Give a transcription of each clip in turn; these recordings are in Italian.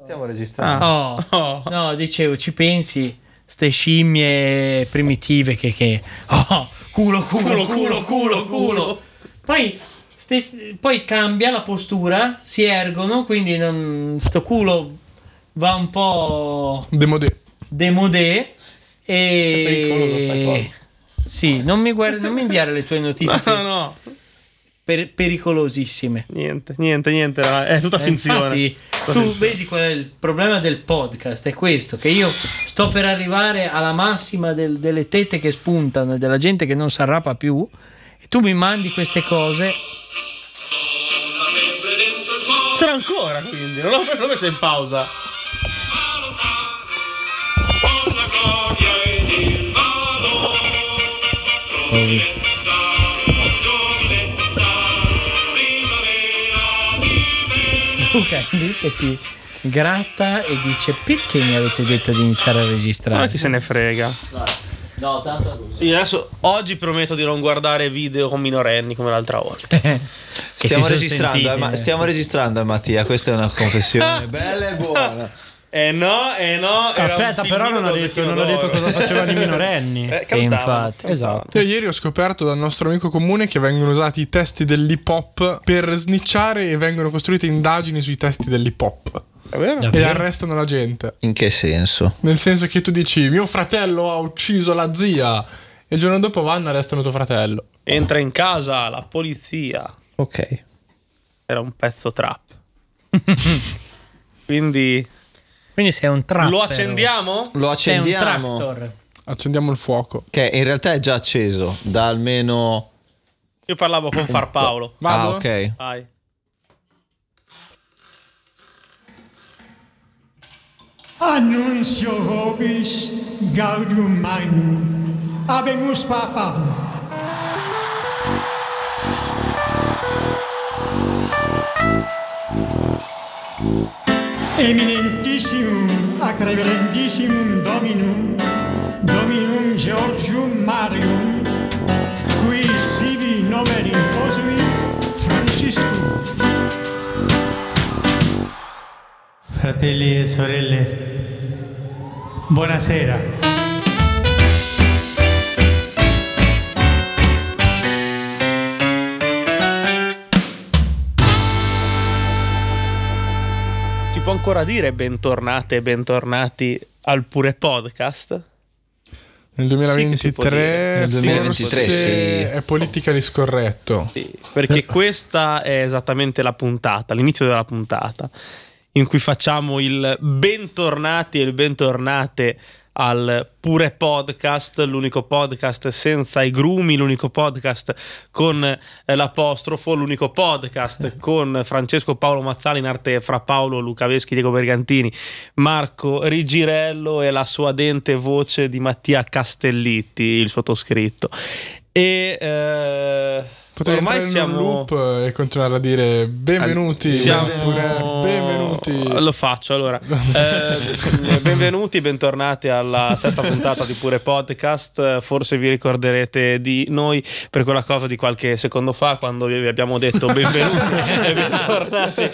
Stiamo registrando. No, dicevo, ci pensi, ste scimmie primitive che culo. Poi cambia la postura, si ergono, quindi sto culo va un po' demodé e sì, non mi inviare le tue notifiche. No. Pericolosissime. Niente, è tutta finzione. Infatti, tu vedi qual è il problema del podcast, è questo, che io sto per arrivare alla massima delle tette che spuntano e della gente che non si arrapa più, e tu mi mandi queste cose. C'era ancora, quindi non l'ho messo in pausa. Luca lì che si gratta e dice: perché mi avete detto di iniziare a registrare? Ma chi se ne frega. No, tanto sì, adesso oggi prometto di non guardare video con minorenni come l'altra volta. Stiamo registrando, Mattia, questa è una confessione bella e buona. No. Aspetta, però non ha detto cosa facevano i minorenni. Sì, infatti, esatto. Io ieri ho scoperto dal nostro amico comune che vengono usati i testi dell'hip hop per snitchare e vengono costruite indagini sui testi dell'hip hop. È vero? E arrestano la gente. In che senso? Nel senso che tu dici: mio fratello ha ucciso la zia, e il giorno dopo vanno e arrestano tuo fratello. Entra in casa la polizia. Ok. Era un pezzo trap. Quindi sei un trapper. Lo accendiamo? Lo accendiamo. Sei un tractor. Accendiamo il fuoco. Che in realtà è già acceso da almeno. Io parlavo con Far Paolo. Vado? Ah, ok. Vai. Annuncio vobis gaudium magnum habemus papam. Eminentissimum ac reverentissimum Dominum Georgium Marium, qui sibi nomen imposuit Franciscum. Fratelli e sorelle, buonasera. Si può ancora dire bentornate e bentornati al Pure Podcast? Nel 2023, Nel 2023 forse sì. È politically scorretto. Sì, perché questa è esattamente la puntata, l'inizio della puntata, in cui facciamo il bentornati e il bentornate al Pure Podcast, l'unico podcast senza i grumi, l'unico podcast con l'apostrofo, l'unico podcast con Francesco Paolo Mazzali in arte Fra Paolo, Luca Veschi, Diego Bergantini, Marco Rigirello e la suadente voce di Mattia Castellitti, il sottoscritto. E potrei ormai entrare in un loop e continuare a dire benvenuti. Benvenuti. Lo faccio allora. Benvenuti, bentornati alla sesta puntata di Pure Podcast. Forse vi ricorderete di noi per quella cosa di qualche secondo fa, quando vi abbiamo detto benvenuti e bentornati.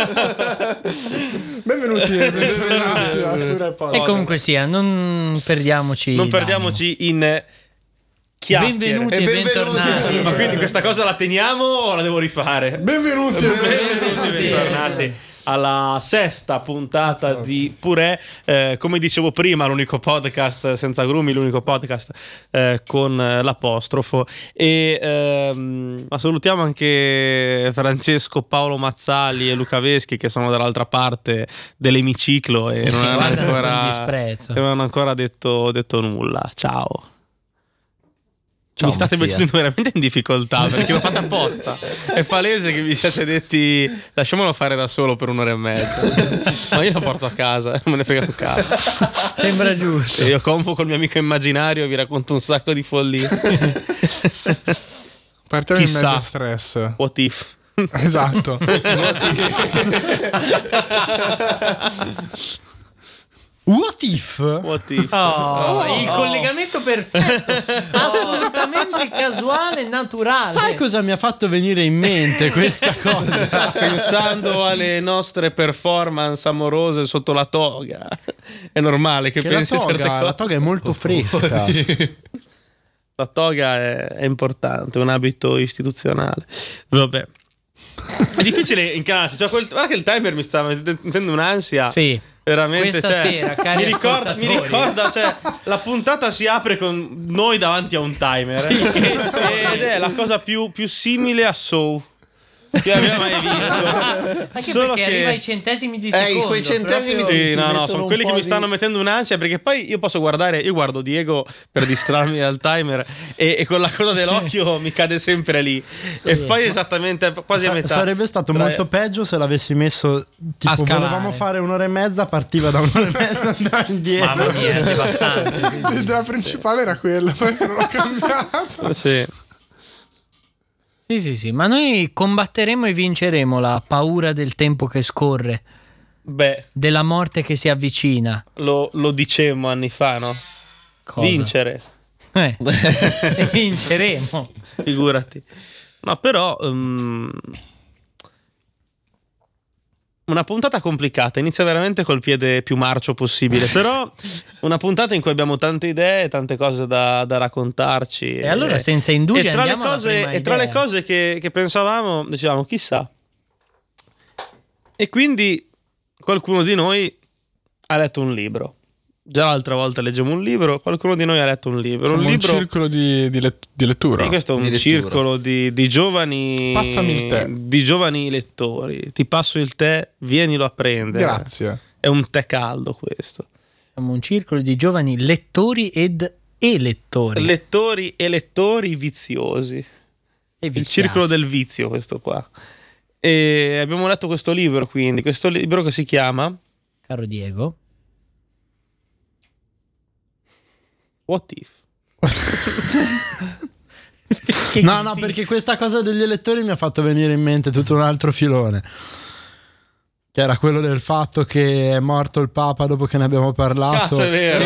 Benvenuti a Pure Podcast. E comunque sia, non perdiamoci in chiacchiere. Benvenuti e bentornati. Ma quindi questa cosa la teniamo o la devo rifare? Benvenuti e bentornati alla sesta puntata di Pure. Come dicevo prima, l'unico podcast senza grumi, l'unico podcast con l'apostrofo. E ma salutiamo anche Francesco Paolo Mazzali e Luca Veschi, che sono dall'altra parte dell'emiciclo e non hanno ancora detto nulla. Ciao. Ciao, mi state Mattia. mettendo veramente in difficoltà perché l'ho fatta apposta. È palese che vi siete detti lasciamolo fare da solo per un'ora e mezza, ma io lo porto a casa, non me ne frega un cazzo. Sembra giusto. E io convoco il mio amico immaginario e vi racconto un sacco di follie. Partiamo in Chissà. mezzo stress. What if? Esatto. What if? Il collegamento perfetto, assolutamente casuale, naturale. Sai cosa mi ha fatto venire in mente questa cosa? Pensando alle nostre performance amorose sotto la toga, è normale che pensi a certe cose. La toga è molto fresca. La toga è importante, è un abito istituzionale. Vabbè, è difficile incanarsi. Guarda che il timer mi sta mettendo un'ansia. Sì. Veramente, Questa sera, cari mi ricorda, la puntata si apre con noi davanti a un timer, ed è la cosa più simile a Saw che abbiamo mai visto. Anche solo perché arriva ai centesimi di secondo. Quei centesimi sono quelli che mi stanno mettendo un'ansia, perché poi io posso guardare, io guardo Diego per distrarmi dal timer e con la coda dell'occhio mi cade sempre lì, e poi esattamente quasi a metà. Sarebbe stato molto peggio se l'avessi messo tipo volevamo fare 1 ora e mezza, partiva da 1 ora e mezza, andava indietro. Mamma mia, è devastante. L'idea principale era quella, poi non l'ho cambiata. Sì, ma noi combatteremo e vinceremo la paura del tempo che scorre. Della morte che si avvicina. Lo dicemmo anni fa, no? Cosa? Vincere. Vinceremo. Figurati. No, però una puntata complicata, inizia veramente col piede più marcio possibile, però una puntata in cui abbiamo tante idee, tante cose da raccontarci. E allora senza indugia andiamo alla prima idea. E tra le cose che pensavamo, dicevamo chissà. E quindi qualcuno di noi ha letto un libro. Già l'altra volta leggiamo un libro, qualcuno di noi ha letto un libro. Siamo un circolo di lettura. Sì, questo è un circolo di giovani. Passami il tè. Di giovani lettori. Ti passo il tè, vienilo a prendere. Grazie. È un tè caldo questo. Siamo un circolo di giovani lettori ed elettori. Lettori e lettori viziosi. Il circolo del vizio, questo qua. E abbiamo letto questo libro, quindi. Questo libro che si chiama, caro Diego, What If? No, perché questa cosa degli elettori mi ha fatto venire in mente tutto un altro filone, che era quello del fatto che è morto il Papa dopo che ne abbiamo parlato. Cazzo, è vero.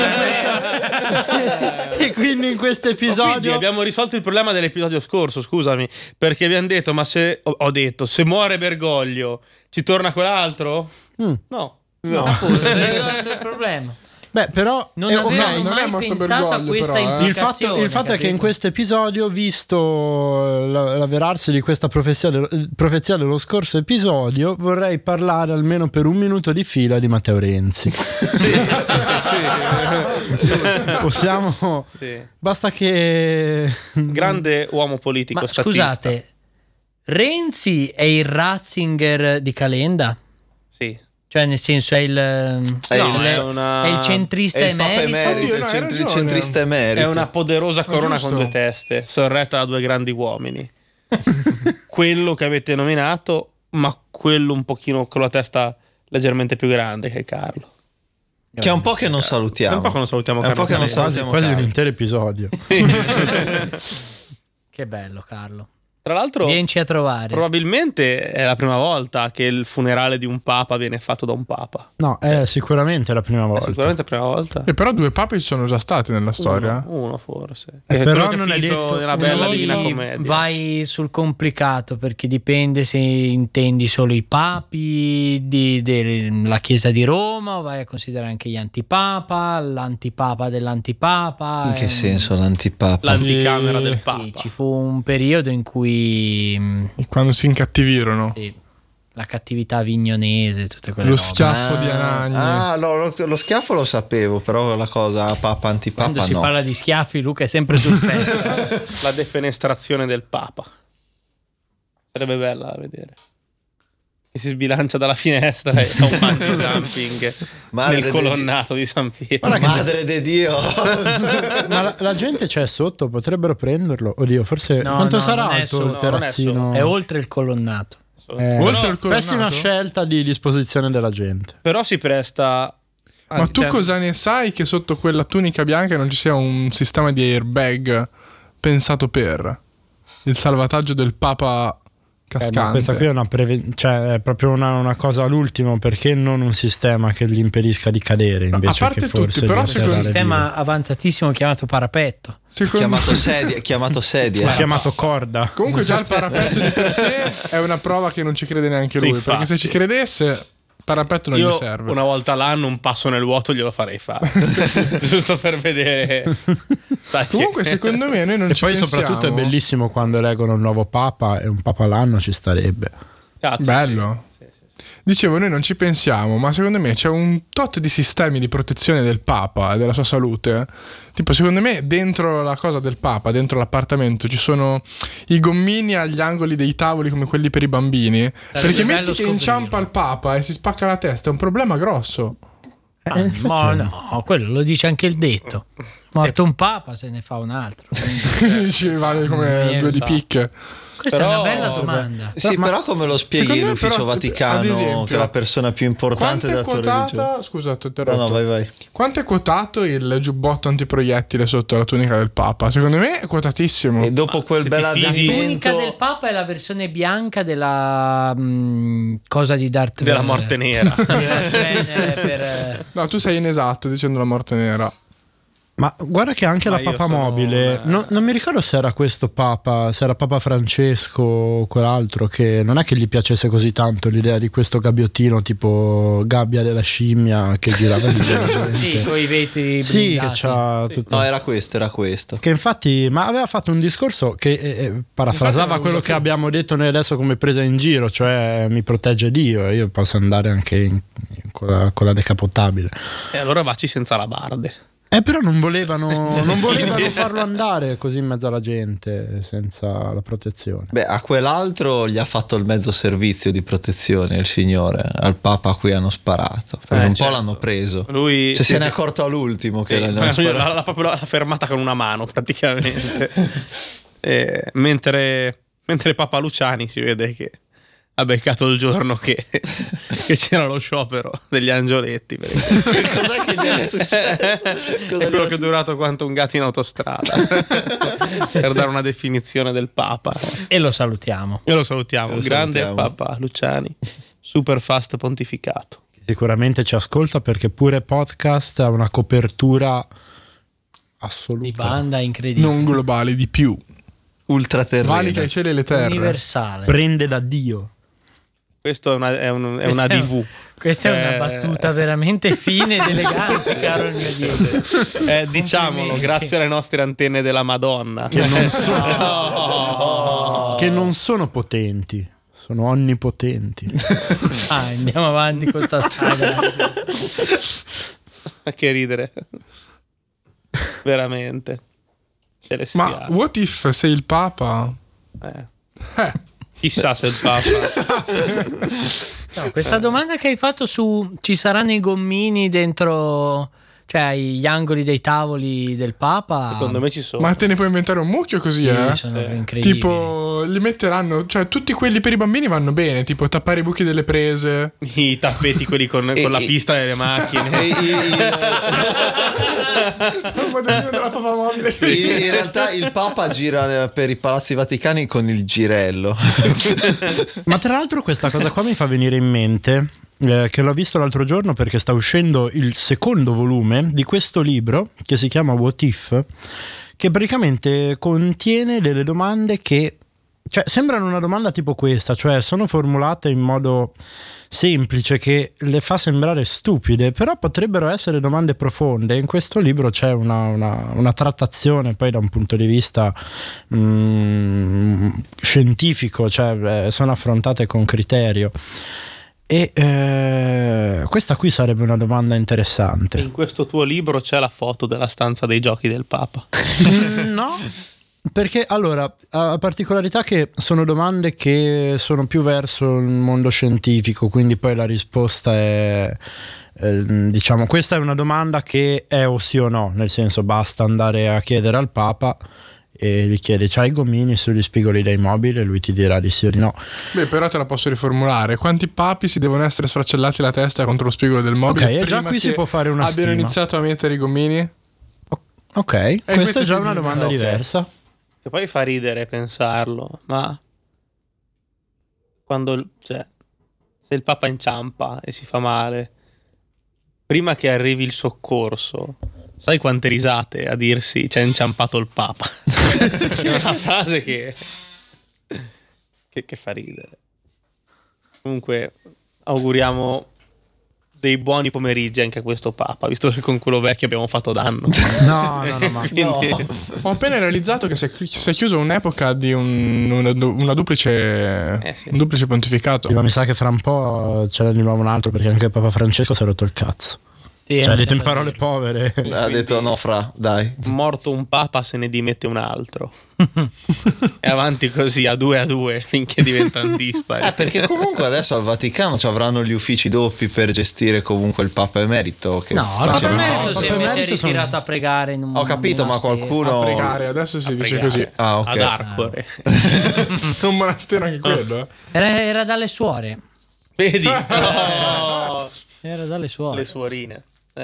E quindi in questo episodio quindi abbiamo risolto il problema dell'episodio scorso, scusami, perché abbiamo detto, ma se ho detto, se muore Bergoglio ci torna quell'altro? No. Appunto, è risolto il problema. Beh, però non avevo mai pensato a questa implicazione. Il fatto è che in questo episodio, visto l'avverarsi di questa profezia dello scorso episodio, vorrei parlare almeno per 1 minuto di fila di Matteo Renzi. Possiamo. Sì. Basta che. Grande uomo politico. Ma statista. Scusate, Renzi è il Ratzinger di Calenda? Sì. Cioè, nel senso, è il centrista emerito. Il centrista emerito. È una poderosa corona con 2 teste, sorretta da 2 grandi uomini. Quello che avete nominato, ma quello un pochino con la testa leggermente più grande, che è Carlo. Che è un po' che non salutiamo. È un po' che non salutiamo Carlo. È un po' che non salutiamo quasi un intero episodio. Che bello, Carlo. Tra l'altro, vienci a trovare. Probabilmente è la prima volta che il funerale di un papa viene fatto da un papa. No, è sicuramente la prima volta. Sicuramente la prima volta. E però 2 papi ci sono già stati nella storia. Uno forse. Però non è detto nella bella Divina Commedia. Vai sul complicato, perché dipende se intendi solo i papi della Chiesa di Roma o vai a considerare anche gli antipapa, l'antipapa dell'antipapa. In che senso l'antipapa? L'anticamera del papa. Sì, ci fu un periodo in cui quando si incattivirono, sì, la cattività avignonese, tutte quelle lo robe. schiaffo di Anagni. Lo schiaffo lo sapevo, però la cosa papa antipapa quando si parla di schiaffi, Luca è sempre sul pezzo. La defenestrazione del papa sarebbe bella da vedere, che si sbilancia dalla finestra e fa un bungee jumping nel colonnato di San Pietro. Madre di Dio. Ma la gente c'è sotto, potrebbero prenderlo. Oddio, forse quanto sarà alto il terrazzino? È oltre il colonnato. Oltre il pessima scelta di disposizione della gente. Però si presta. Ma tu cosa ne sai che sotto quella tunica bianca non ci sia un sistema di airbag pensato per il salvataggio del Papa cascante. Ma questa qui è cioè è proprio una cosa all'ultimo, perché non un sistema che gli impedisca di cadere invece a parte che forse tutti, però di C'è un atterrare sistema via. avanzatissimo chiamato parapetto. Chiamato sedia. Chiamato corda. Comunque già il parapetto di per sé è una prova che non ci crede neanche lui, Sì, perché se ci credesse parapetto non Io gli serve. una volta all'anno un passo nel vuoto glielo farei fare. Giusto per vedere. Sai Comunque che- secondo me noi non E ci poi pensiamo. soprattutto è bellissimo quando eleggono un nuovo papa, e un papa l'anno ci starebbe. Cazzo, Bello. Dicevo, noi non ci pensiamo, ma secondo me c'è un tot di sistemi di protezione del Papa e della sua salute. Tipo, secondo me, dentro la cosa del Papa, dentro l'appartamento, ci sono i gommini agli angoli dei tavoli come quelli per i bambini. Perché bello metti che scoprirlo. inciampa il Papa e si spacca la testa, è un problema grosso. Ma no, quello lo dice anche il detto. Morto un papa, se ne fa un altro. Ci vale come due di picche. Questa Però- è una bella domanda. Sì, però come lo spieghi secondo me l'Ufficio però, Vaticano, ad esempio, che è la persona più importante Quanto è della tua religione? quotata? Scusa, ti ho No, interrotto. no, vai. Quanto è quotato il giubbotto antiproiettile sotto la tunica del Papa? Secondo me è quotatissimo. E dopo quel se bel ti fidi- L'unica avvenimento del Papa è la versione bianca della cosa di Darth della Vader. morte nera. Di Darth Vader per, No, tu sei inesatto dicendo la morte nera. Ma guarda che anche Ma la io Papa sono Mobile, non mi ricordo se era questo Papa, se era Papa Francesco o quell'altro, che non è che gli piacesse così tanto l'idea di questo gabbiottino tipo gabbia della scimmia che girava di gente. sì, con i vetri Sì, che blindati. c'ha tutto. No, era questo. Che infatti, ma aveva fatto un discorso che parafrasava Infatti quello non che usa più. abbiamo detto noi adesso come presa in giro, cioè mi protegge Dio e io posso andare anche con la decapotabile. E allora vacci senza la barde. Però non volevano farlo andare così in mezzo alla gente senza la protezione. Beh, a quell'altro gli ha fatto il mezzo servizio di protezione il signore, al Papa a cui hanno sparato, perché un po' certo. l'hanno preso. Lui Cioè, se ne è accorto all'ultimo che l'hanno sparato. l'ha fermata con una mano praticamente. Mentre Papa Luciani si vede che ha beccato il giorno che c'era lo sciopero degli angioletti. Cos'è che gli è successo? È quello che è durato quanto un gatto in autostrada. Per dare una definizione del Papa. E lo salutiamo. E lo salutiamo. Lo Grande salutiamo. Papa Luciani. Super fast pontificato. Sicuramente ci ascolta perché pure podcast ha una copertura assoluta. Di banda incredibile. Non globali, di più. Ultraterrene. Valica i cieli e le terre. Universale. Prende da Dio. Questo è una Questa è DV. Questa è una battuta veramente fine ed elegante, caro il mio Dio. Diciamolo, Complimenti. grazie alle nostre antenne della Madonna. Che non sono potenti, sono onnipotenti. Andiamo avanti con questa saga. Che ridere. Veramente. Celestiale. Ma what if sei il Papa? Chissà se il Papa. No, questa domanda che hai fatto su ci saranno i gommini dentro, cioè gli angoli dei tavoli del Papa, Secondo me ci sono. Ma te ne puoi inventare un mucchio così, sono incredibili. Tipo, li metteranno, cioè tutti quelli per i bambini vanno bene, tipo tappare i buchi delle prese. I tappeti quelli con la pista delle macchine. Un modellino della Papa Mobile. In realtà il Papa gira per i palazzi vaticani con il girello. Ma tra l'altro questa cosa qua mi fa venire in mente che l'ho visto l'altro giorno perché sta uscendo il secondo volume di questo libro che si chiama What If, che praticamente contiene delle domande che, cioè, sembrano una domanda tipo questa, cioè sono formulate in modo semplice che le fa sembrare stupide, però potrebbero essere domande profonde. In questo libro c'è una trattazione poi da un punto di vista scientifico, cioè sono affrontate con criterio. E questa qui sarebbe una domanda interessante. In questo tuo libro c'è la foto della stanza dei giochi del Papa. No, perché allora ha particolarità che sono domande che sono più verso il mondo scientifico, quindi poi la risposta è diciamo, questa è una domanda che è o sì o no, nel senso basta andare a chiedere al Papa e gli chiedi c'hai i gommini sugli spigoli dei mobili e lui ti dirà di sì o di no. Beh, però te la posso riformulare. Quanti papi si devono essere sfracellati la testa contro lo spigolo del mobile? Ok, e già prima qui si che può fare una abbiano stima. iniziato a mettere i gommini? Ok, questa questo è già è una il domanda ok. diversa. Che poi fa ridere pensarlo, ma quando, cioè, se il Papa inciampa e si fa male, prima che arrivi il soccorso, sai quante risate a dirsi c'è inciampato il Papa? È una frase che fa ridere. Comunque auguriamo dei buoni pomeriggi anche a questo Papa, visto che con quello vecchio abbiamo fatto danno. No, ma Quindi, Ho appena realizzato che si è chiusa un'epoca di una duplice, sì. un duplice pontificato. ma mi sa che fra un po' ce ne arriva un altro, perché anche Papa Francesco si è rotto il cazzo. Sì, Cioè, detto in parole povere. Ha detto no, dai. morto un Papa se ne dimette un altro. E avanti così, a due, finché diventano dispari. Perché comunque adesso al Vaticano ci avranno gli uffici doppi per gestire comunque il Papa Emerito. Che No, il Papa faceva- Emerito si è Emerito ritirato a pregare in un Ho capito, ma monastero. qualcuno... A pregare, adesso si dice pregare. così. Ah, ok. Ad Arcore. Un monastero anche quello, eh? Era dalle suore. Vedi? No. Era dalle suore. Le suorine.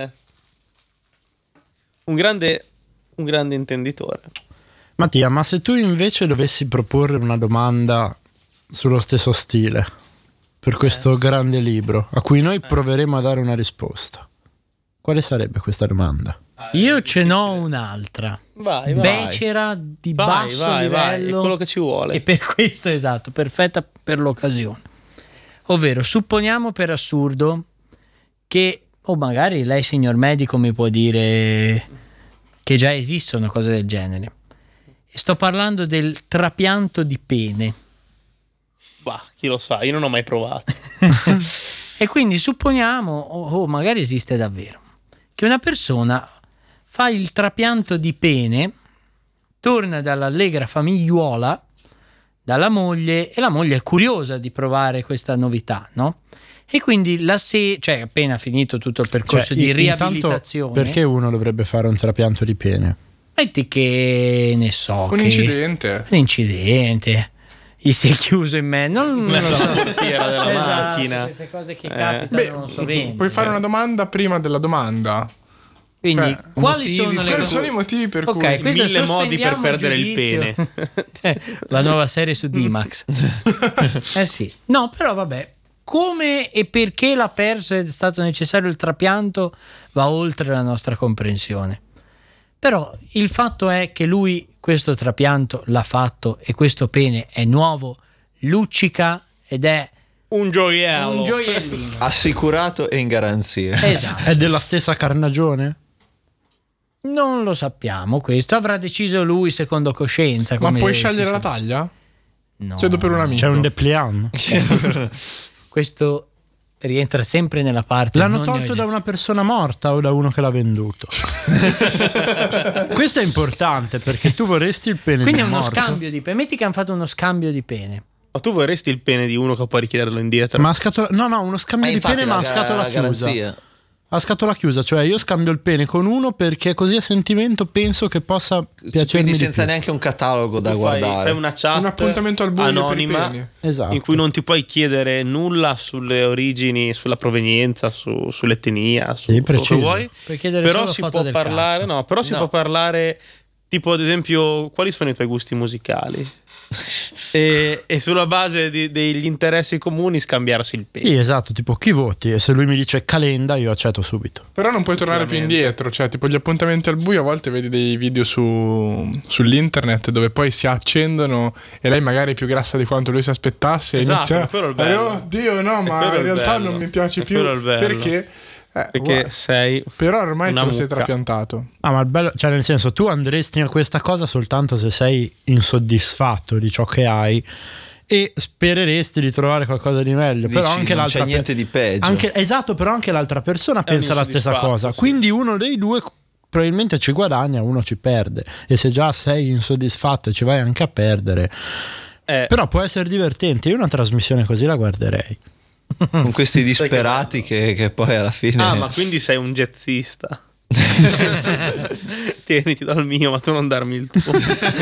Un grande intenditore. Mattia, ma se tu invece dovessi proporre una domanda sullo stesso stile per questo grande libro, a cui noi proveremo a dare una risposta, quale sarebbe questa domanda? Io ce n'ho un'altra. Vai. Becera di basso Vai, livello. è quello che ci vuole. E per questo, esatto, perfetta per l'occasione. Ovvero, supponiamo per assurdo che, o magari lei, signor medico, mi può dire che già esistono cose del genere. E sto parlando del trapianto di pene. Bah, chi lo sa, io non ho mai provato. E quindi supponiamo, o magari esiste davvero, che una persona fa il trapianto di pene, torna dall'allegra famigliuola, dalla moglie, e la moglie è curiosa di provare questa novità, no? E quindi cioè appena finito tutto il percorso di intanto, riabilitazione, perché uno dovrebbe fare un trapianto di pene? metti che ne so, Un incidente. un incidente, gli si è chiuso in me, non lo so. La portiera della Esatto, macchina. queste cose che capitano non so bene. Puoi fare una domanda prima della domanda. Quindi cioè, quali sono le Quali cose? sono i motivi per Ok, cui questo 1000 modi per sospendiamo perdere il giudizio. La nuova serie su D-Max. Sì. No, però vabbè. Come e perché l'ha perso ed è stato necessario il trapianto va oltre la nostra comprensione. Però il fatto è che lui questo trapianto l'ha fatto e questo pene è nuovo, luccica ed è Un gioiello. un gioiellino. Assicurato e in garanzia. Esatto. È della stessa carnagione? Non lo sappiamo questo, avrà deciso lui secondo coscienza. Ma come puoi si scegliere sa. la taglia? No. Chiedo per un amico. C'è un dépliant? Questo rientra sempre nella parte. L'hanno non tolto ne- da una persona morta o da uno che l'ha venduto? Questo è importante perché tu vorresti il pene Quindi di è uno morto. scambio di pene. Metti che hanno fatto uno scambio di pene. Ma tu vorresti il pene di uno che può richiederlo indietro? Ma a scatola... No, uno scambio di infatti pene ma a la scatola chiusa. garanzia. A scatola chiusa, cioè io scambio il pene con uno perché così a sentimento penso che possa piacermi Quindi di senza più. neanche un catalogo da Tu guardare. fai una chat Un appuntamento al buio per i anonima peni. Esatto. in cui non ti puoi chiedere nulla sulle origini, sulla provenienza, sull'etnia, su Sì, quello che preciso. vuoi. Puoi chiedere Però solo si foto può del parlare, cazzo. no, però si No. può parlare tipo ad esempio quali sono i tuoi gusti musicali e sulla base degli interessi comuni scambiarsi il pene. Sì, esatto, tipo chi voti? E se lui mi dice Calenda io accetto subito. Però non puoi tornare più indietro, cioè tipo gli appuntamenti al buio a volte vedi dei video sull'internet dove poi si accendono e lei magari è più grassa di quanto lui si aspettasse e Esatto, inizia quello è il bello. oddio no, ma quello è in il realtà bello. non mi piace E più quello è il bello. perché Perché sei però ormai una te lo sei mucca. trapiantato. Ah, ma il bello, cioè nel senso tu andresti a questa cosa soltanto se sei insoddisfatto di ciò che hai e spereresti di trovare qualcosa di meglio. Dici, però anche non l'altra c'è niente di peggio. esatto, però anche l'altra persona È un pensa la stessa insoddisfatto, cosa. sì. Quindi uno dei due probabilmente ci guadagna, uno ci perde. E se già sei insoddisfatto e ci vai anche a perdere, però può essere divertente. Io una trasmissione così la guarderei. Con questi disperati che poi alla fine... Ah, ma quindi sei un jazzista. Tieniti dal mio, ma tu non darmi il tuo.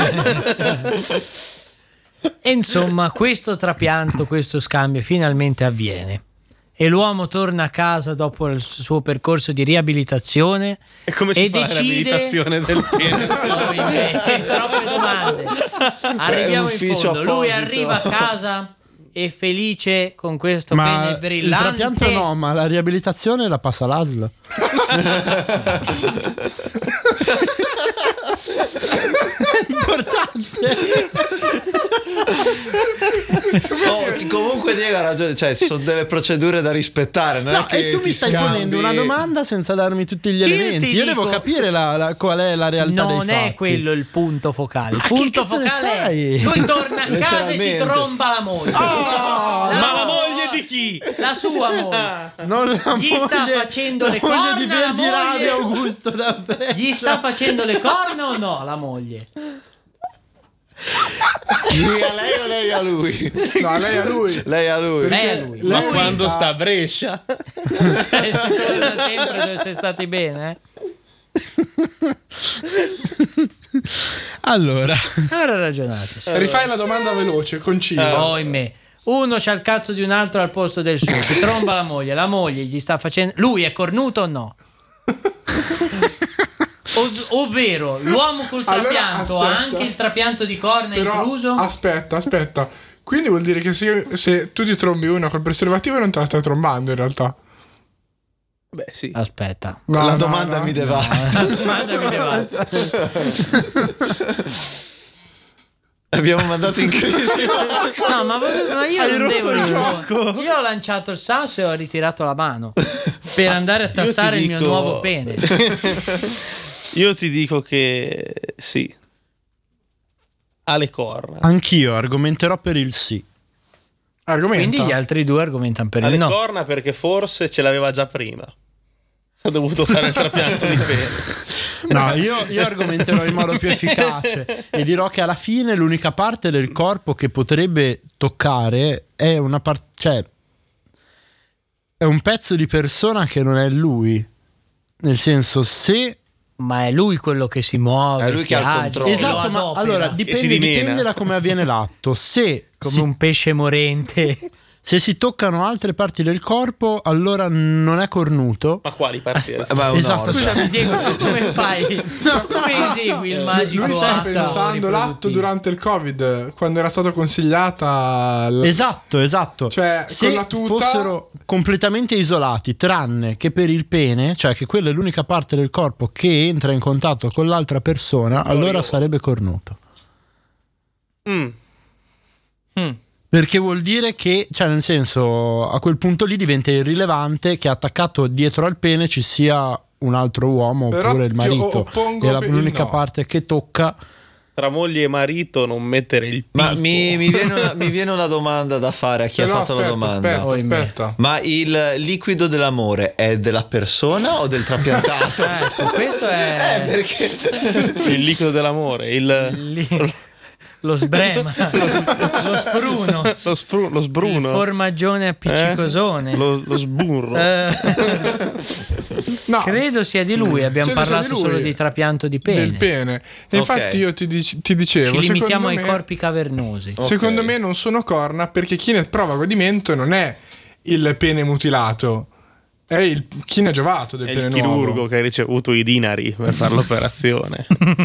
E insomma, questo trapianto, questo scambio finalmente avviene. E l'uomo torna a casa dopo il suo percorso di riabilitazione. E come si E fa decide- la riabilitazione del pene? Troppe domande. Arriviamo in ufficio fondo. Lui apposito. arriva a casa e felice con questo Ma pene il brillante. trapianto no, ma la riabilitazione la passa l'ASL. Importante. Comunque Diego ha ragione, cioè ci sono delle procedure da rispettare, non No, è che e tu mi ti stai scambi. ponendo una domanda senza darmi tutti gli Io elementi. ti Io devo dico- capire qual è la realtà dei Non fatti. è quello il punto focale. Il Ma che punto cazzo ne focale è sai? lui torna a casa e si Letteralmente. tromba la moglie. Ma la moglie di chi? La sua moglie. Non la Gli sta moglie- facendo le la moglie corna, di la Verdirame moglie- Augusto d'Ambretta. Gli sta facendo le corna o no la moglie? Lei a lei o lei a lui? No, lei a lui. Lei a lui. Lei a lui. Ma Lui quando sta a Brescia? si torna sempre dove sei stati bene, Allora, Ora ragionate. Rifai la domanda veloce, concisa. Poi me. Uno c'ha il cazzo di un altro al posto del suo, si tromba la moglie gli sta facendo. Lui è cornuto o no? Ovvero l'uomo col Allora, trapianto ha aspetta. anche il trapianto di corna Però, incluso? aspetta. Quindi vuol dire che se tu ti trombi uno col preservativo non te la stai trombando in realtà. Beh, sì. Aspetta. No, La no, domanda no. mi devasta. Mandami devasta. Abbiamo mandato in crisi. No, ma io Hai non rotto devo il rispondere. gioco. Io ho lanciato il sasso e ho ritirato la mano per andare a tastare il mio dico- nuovo pene. Io ti dico che sì. Ha le corna. anch'io argomenterò per il sì. Argomenta. Quindi gli altri due argomentano per Ha il le no. corna perché forse ce l'aveva già prima. Ha dovuto fare il trapianto di pene. No, io argomenterò in modo più efficace e dirò che alla fine l'unica parte del corpo che potrebbe toccare è una parte, cioè è un pezzo di persona che non è lui. Nel senso, se Ma è lui quello che si muove, È lui si che ha il agita, controllo. lo esatto, ma adopera. allora si dimena. dipende da come avviene l'atto. Se come un pesce morente. se si toccano altre parti del corpo, allora non è cornuto. Ma quali parti? Ma è un Esatto, orso. Scusami Diego, tu come fai? Come esegui il magico Lui sta atto pensando l'atto riproduttivo? durante il Covid, quando era stato consigliata Esatto. Cioè, Se con la tuta- fossero completamente isolati, tranne che per il pene, cioè che quella è l'unica parte del corpo che entra in contatto con l'altra persona, allora sarebbe cornuto. Perché vuol dire che, cioè nel senso, a quel punto lì diventa irrilevante che attaccato dietro al pene ci sia un altro uomo Però oppure il ti marito. oppongo E per il l'unica no. parte che tocca. Tra moglie e marito non mettere il pito. Ma mi viene una domanda da fare a chi ha Però fatto la domanda. Aspetta. Ma il liquido dell'amore è della persona o del trapiantato? Questo è Perché Il liquido dell'amore, lo sbrema, lo spruno, lo sbruno, il formaggione appiccicosone. lo sburro. No, Credo sia di lui, abbiamo credo sia parlato di lui. solo di trapianto di pene. del pene. E Ok. infatti io ti dicevo, Ci limitiamo ai secondo me- corpi cavernosi. Secondo Ok. me non sono corna perché chi ne prova godimento non è il pene mutilato, è chi ne ha giovato del È pene il chirurgo nuovo. che ha ricevuto i dinari per fare l'operazione.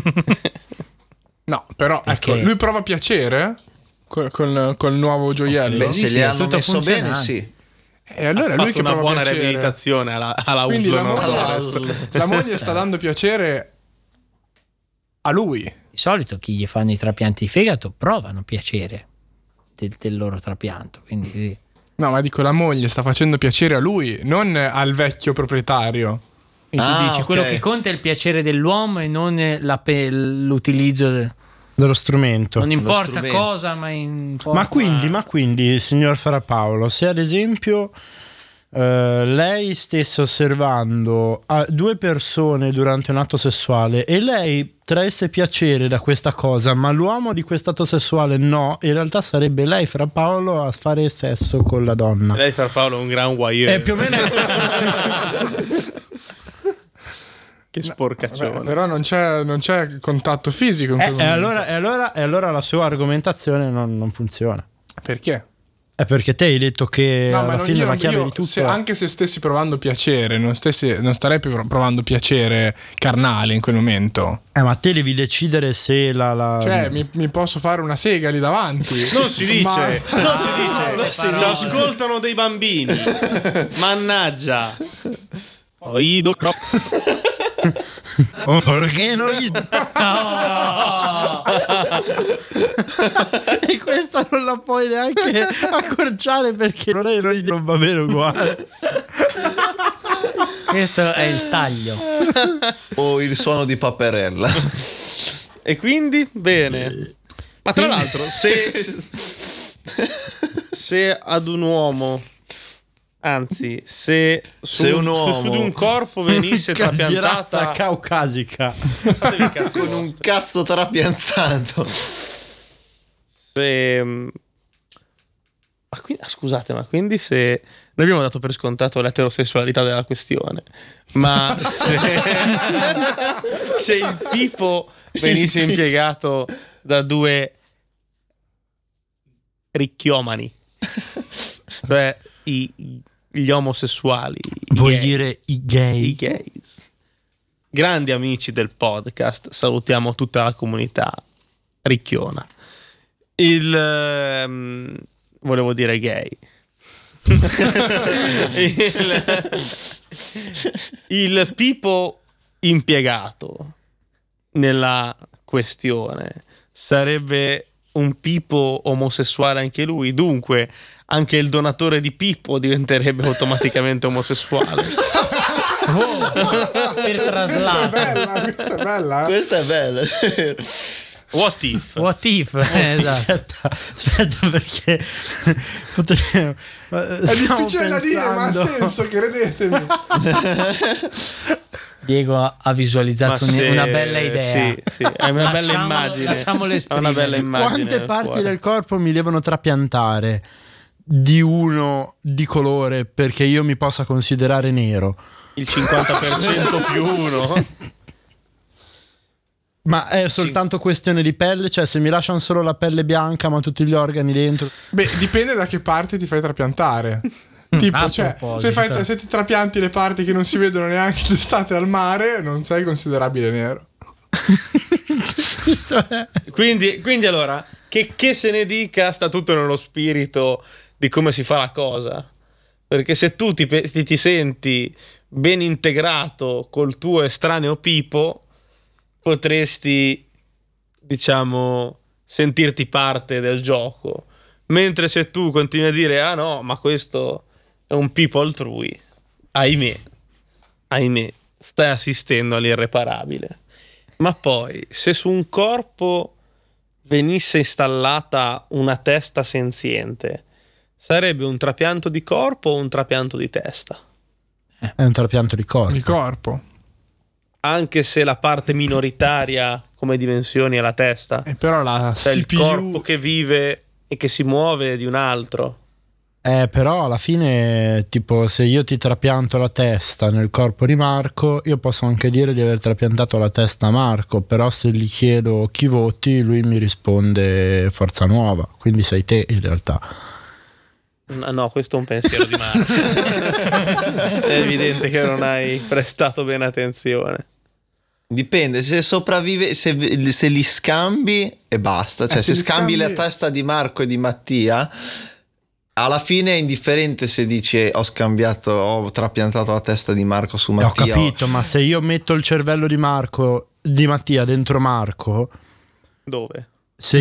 No, però Perché? ecco, lui prova piacere col nuovo gioiello. Beh, se sì, li è hanno tutto messo bene, funzionante. sì. E allora è Ha lui fatto che una prova buona piacere. riabilitazione alla Quindi USL la Nord-Est. moglie, la moglie sta dando piacere a lui. Di solito chi gli fanno i trapianti di fegato provano piacere del loro trapianto. Quindi sì. No, ma dico, la moglie sta facendo piacere a lui, non al vecchio proprietario. Quindi tu dici ok. quello che conta è il piacere dell'uomo e non l'utilizzo. Dello strumento. Non importa strumento. cosa, ma importa. Ma quindi, signor Fra Paolo, se ad esempio lei stesse osservando due persone durante un atto sessuale e lei traesse piacere da questa cosa, ma l'uomo di quest'atto sessuale no, in realtà sarebbe lei, Fra Paolo, a fare sesso con la donna. Lei Fra Paolo è un gran voyeur. È più o meno Che sporcaccione. Però non c'è contatto fisico in quel e momento. allora la sua argomentazione non funziona. Perché? È perché te hai detto che No, ma alla non- fine io- la chiave io di tutto se- anche se stessi provando piacere, non starei più provando piacere carnale in quel momento. ma te devi decidere se la... Cioè, mi posso fare una sega lì davanti. Non si dice, Ma- non si dice. Ci ascoltano dei bambini. Mannaggia. Ido. Oh, perché non gli... E questa non la puoi neanche accorciare perché non va bene uguale. Questo è il taglio. O il suono di Paperella. E quindi, bene. Ma tra l'altro, se ad un uomo, anzi, se Se un uomo- su di un corpo venisse Di razza trapiantata caucasica. Con un cazzo trapiantato. Scusate, ma quindi se noi abbiamo dato per scontato l'eterosessualità della questione, ma se il pipo venisse impiegato da due ricchiomani, cioè gli omosessuali, Vuol gay, dire i gay? i gays, grandi amici del podcast, salutiamo tutta la comunità ricchiona. Volevo dire gay. il pipo impiegato nella questione sarebbe un pipo omosessuale anche lui, dunque anche il donatore di pipo diventerebbe automaticamente omosessuale. Per traslato. Questa è bella. Questa è bella. What if? What if? Esatto. Aspetta perché potremmo... È difficile da dire, ma ha senso, credetemi. Diego ha visualizzato una bella idea. Sì, è una bella Lasciamolo- immagine. lasciamolo È una bella esprimere. immagine. Quante parti fuori. del corpo mi devono trapiantare di uno di colore perché io mi possa considerare nero? Il 50% più uno. Ma è soltanto questione di pelle? Cioè, se mi lasciano solo la pelle bianca ma tutti gli organi dentro... Beh, dipende da che parti ti fai trapiantare. Tipo, A cioè, proposito. se ti trapianti le parti che non si vedono neanche d'estate al mare, non sei considerabile nero. Quindi allora, che se ne dica, sta tutto nello spirito di come si fa la cosa. Perché se tu ti senti ben integrato col tuo estraneo pipo, potresti, diciamo, sentirti parte del gioco. Mentre se tu continui a dire, ah no, ma questo è un pipo altrui, ahimè, stai assistendo all'irreparabile. Ma poi, se su un corpo venisse installata una testa senziente, sarebbe un trapianto di corpo o un trapianto di testa? È un trapianto di corpo. Il corpo. Anche se la parte minoritaria come dimensioni è la testa, E però la cioè il CPU corpo che vive e che si muove è di un altro. Però alla fine, tipo, se io ti trapianto la testa nel corpo di Marco, io posso anche dire di aver trapiantato la testa a Marco, però se gli chiedo chi voti, lui mi risponde Forza Nuova, quindi sei te in realtà. No, questo è un pensiero di Marco. È evidente che non hai prestato bene attenzione. Dipende, se sopravvive, se li scambi e basta. Cioè, se se li scambi la scambi- testa di Marco e di Mattia, alla fine è indifferente se dici ho trapiantato la testa di Marco su Ho Mattia. capito, ma se io metto il cervello di Mattia dentro Marco, Dove? se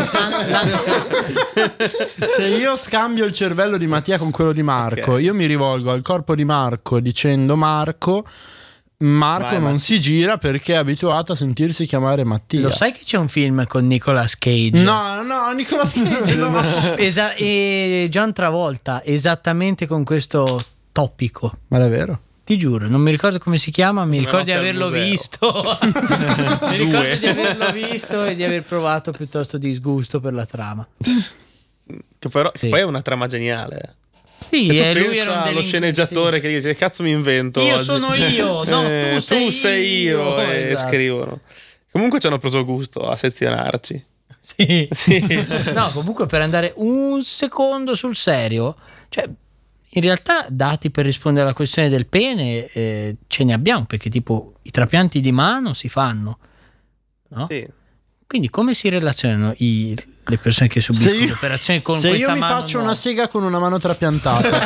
io scambio il cervello di Mattia con quello di Marco, Ok. io mi rivolgo al corpo di Marco dicendo Marco Vai, non ma- si gira perché è abituato a sentirsi chiamare Mattia. Lo sai che c'è un film con Nicolas Cage? No, Nicolas Cage. no. E John Travolta, esattamente con questo topico. Ma è vero? Ti giuro, non mi ricordo come si chiama, mi Una ricordo di notte al averlo museo. visto. Mi ricordo di averlo visto e di aver provato piuttosto disgusto per la trama. Che però Sì. poi è una trama geniale. Sì, E tu lui pensa era un allo delinquente, sceneggiatore che gli dice: cazzo mi invento Io oggi?" sono io, no, tu sei io. E Esatto. scrivono. Comunque ci hanno preso gusto a sezionarci. Sì. No, comunque per andare un secondo sul serio, cioè in realtà dati per rispondere alla questione del pene ce ne abbiamo, perché tipo i trapianti di mano si fanno, no? Sì. Quindi come si relazionano le persone che subiscono l'operazione con se questa io mi mano faccio nuova? una sega con una mano trapiantata,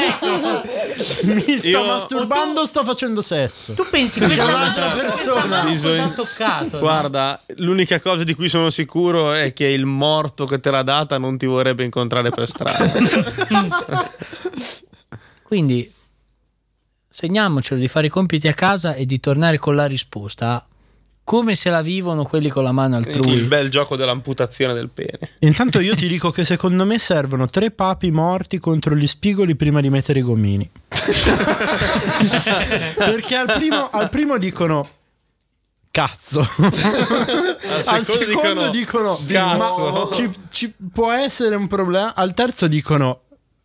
mi sto Io- masturbando, sto facendo sesso. Tu pensi questa un'altra mano, persona. questa mano cosa Bisogna- ha toccato? no? Guarda, l'unica cosa di cui sono sicuro è che il morto che te l'ha data non ti vorrebbe incontrare per strada. Quindi segniamocelo di fare i compiti a casa e di tornare con la risposta a come se la vivono quelli con la mano altrui. Il bel gioco dell'amputazione del pene. Intanto io ti dico che secondo me servono 3 papi morti contro gli spigoli prima di mettere i gommini. Perché al primo dicono cazzo, al secondo dicono cazzo. ma ci può essere un problema, al terzo dicono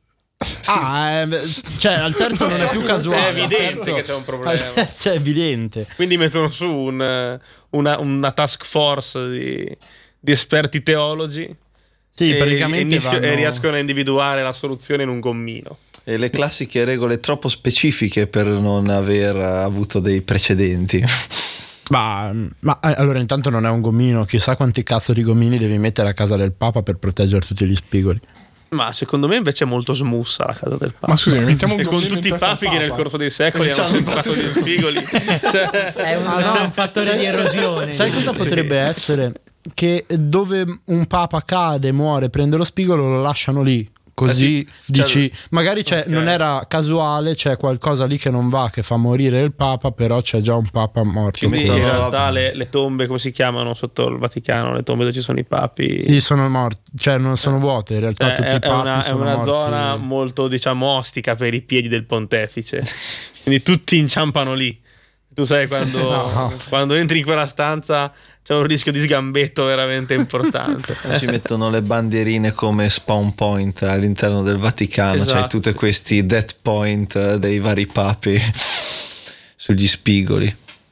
cioè al terzo non è più casuale, È evidente al terzo- che c'è un problema. al terzo è evidente. Quindi mettono su una task force di esperti teologi Sì, e praticamente e riescono a individuare la soluzione in un gommino. E le classiche regole troppo specifiche per non aver avuto dei precedenti. ma allora intanto non è un gommino, chissà quanti cazzo di gommini devi mettere a casa del Papa per proteggere tutti gli spigoli. Ma secondo me invece è molto smussa la casa del Papa. Ma scusami, mettiamo un E con gommino tutti in i testa al papi che nel Papa. corso dei secoli hanno centrato gli spigoli. Cioè, È un fattore di erosione. Sai cosa potrebbe essere? Che dove un papa cade, muore, prende lo spigolo, lo lasciano lì. Così dici, magari non era casuale, c'è qualcosa lì che non va, che fa morire il papa, però c'è già un papa morto. Ci quindi in mettono realtà le tombe, come si chiamano sotto il Vaticano, le tombe dove ci sono i papi, Sì, sono morti, cioè non sono vuote, in realtà tutti i papi è sono una morti. zona molto, diciamo, ostica per i piedi del pontefice. Quindi tutti inciampano lì. Tu sai quando entri in quella stanza c'è un rischio di sgambetto veramente importante. Ci mettono le bandierine come spawn point all'interno del Vaticano, Esatto. c'hai tutti questi death point dei vari papi sugli spigoli.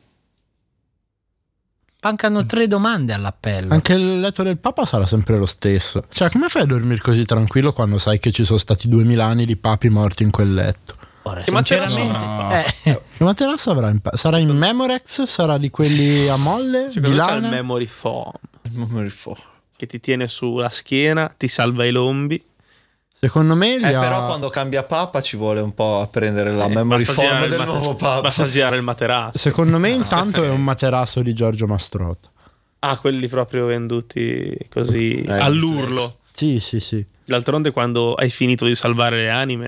Mancano 3 domande all'appello. Anche il letto del papa sarà sempre lo stesso. Cioè, come fai a dormire così tranquillo quando sai che ci sono stati 2000 anni di papi morti in quel letto? Ora, Che materasso sinceramente, Che materasso avrà? Sarà in Memorex? Sarà di quelli a molle? Secondo di me c'è il lana? memory foam che ti tiene sulla schiena, ti salva i lombi. Secondo me Però quando cambia papa ci vuole un po' a prendere la memory Basta foam girare del il nuovo papa. Basta girare il materasso. Secondo me intanto è un materasso di Giorgio Mastrota. Ah, quelli proprio venduti così all'urlo. Sì, sì, sì. D'altronde quando hai finito di salvare le anime,